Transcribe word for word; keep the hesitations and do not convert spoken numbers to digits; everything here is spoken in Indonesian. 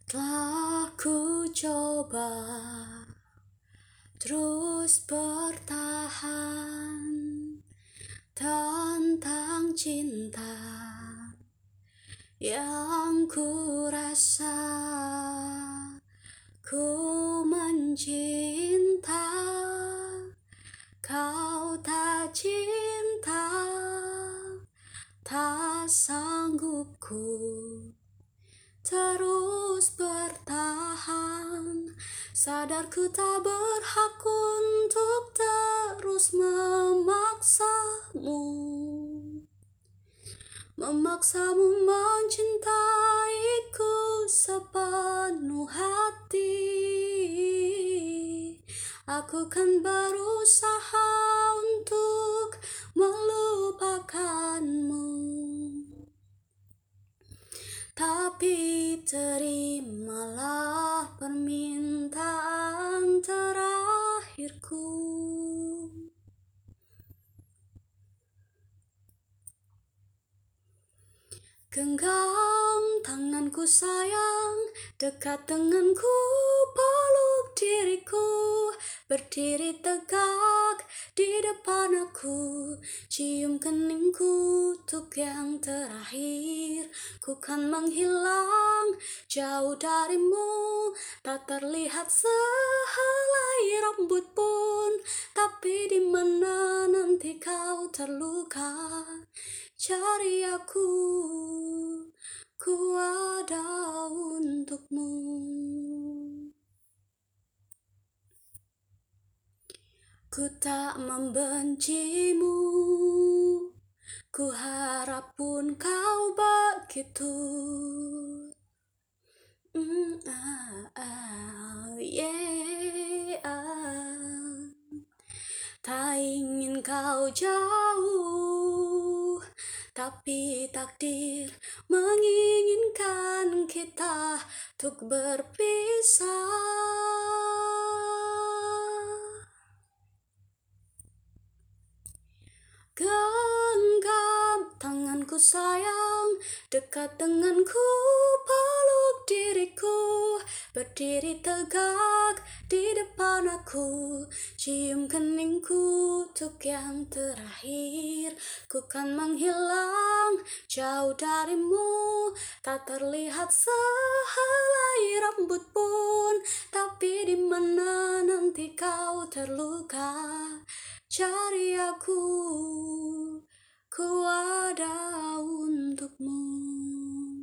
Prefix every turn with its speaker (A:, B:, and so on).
A: Telah ku coba terus bertahan tentang cinta yang ku rasa. Ku mencinta, kau tak cinta, tak sanggup ku terus bertahan. Sadar ku tak berhak untuk terus memaksamu Memaksamu mencintaiku sepenuh hati. Aku kan berusaha untuk melupakanmu, tapi terimalah permintaan terakhirku. Genggam tanganku sayang, dekat denganku, peluk diriku, berdiri tegak di depan aku, cium keningku untuk yang terakhir. Ku kan menghilang jauh darimu, tak terlihat sehelai rambut pun, tapi di mana nanti kau terluka, cari aku, ku ada untukmu. Ku tak membencimu, ku harap pun kau begitu. Mm, ah, ah, yeah, ah. Tak ingin kau jauh, tapi takdir menginginkan kita untuk berpisah. Genggam tanganku sayang, dekat denganku, peluk diriku, berdiri tegak di depan aku, cium keningku untuk yang terakhir. Ku kan menghilang jauh darimu, tak terlihat sehelai rambut pun, tapi di mana nanti kau terluka, cari aku, ku ada untukmu.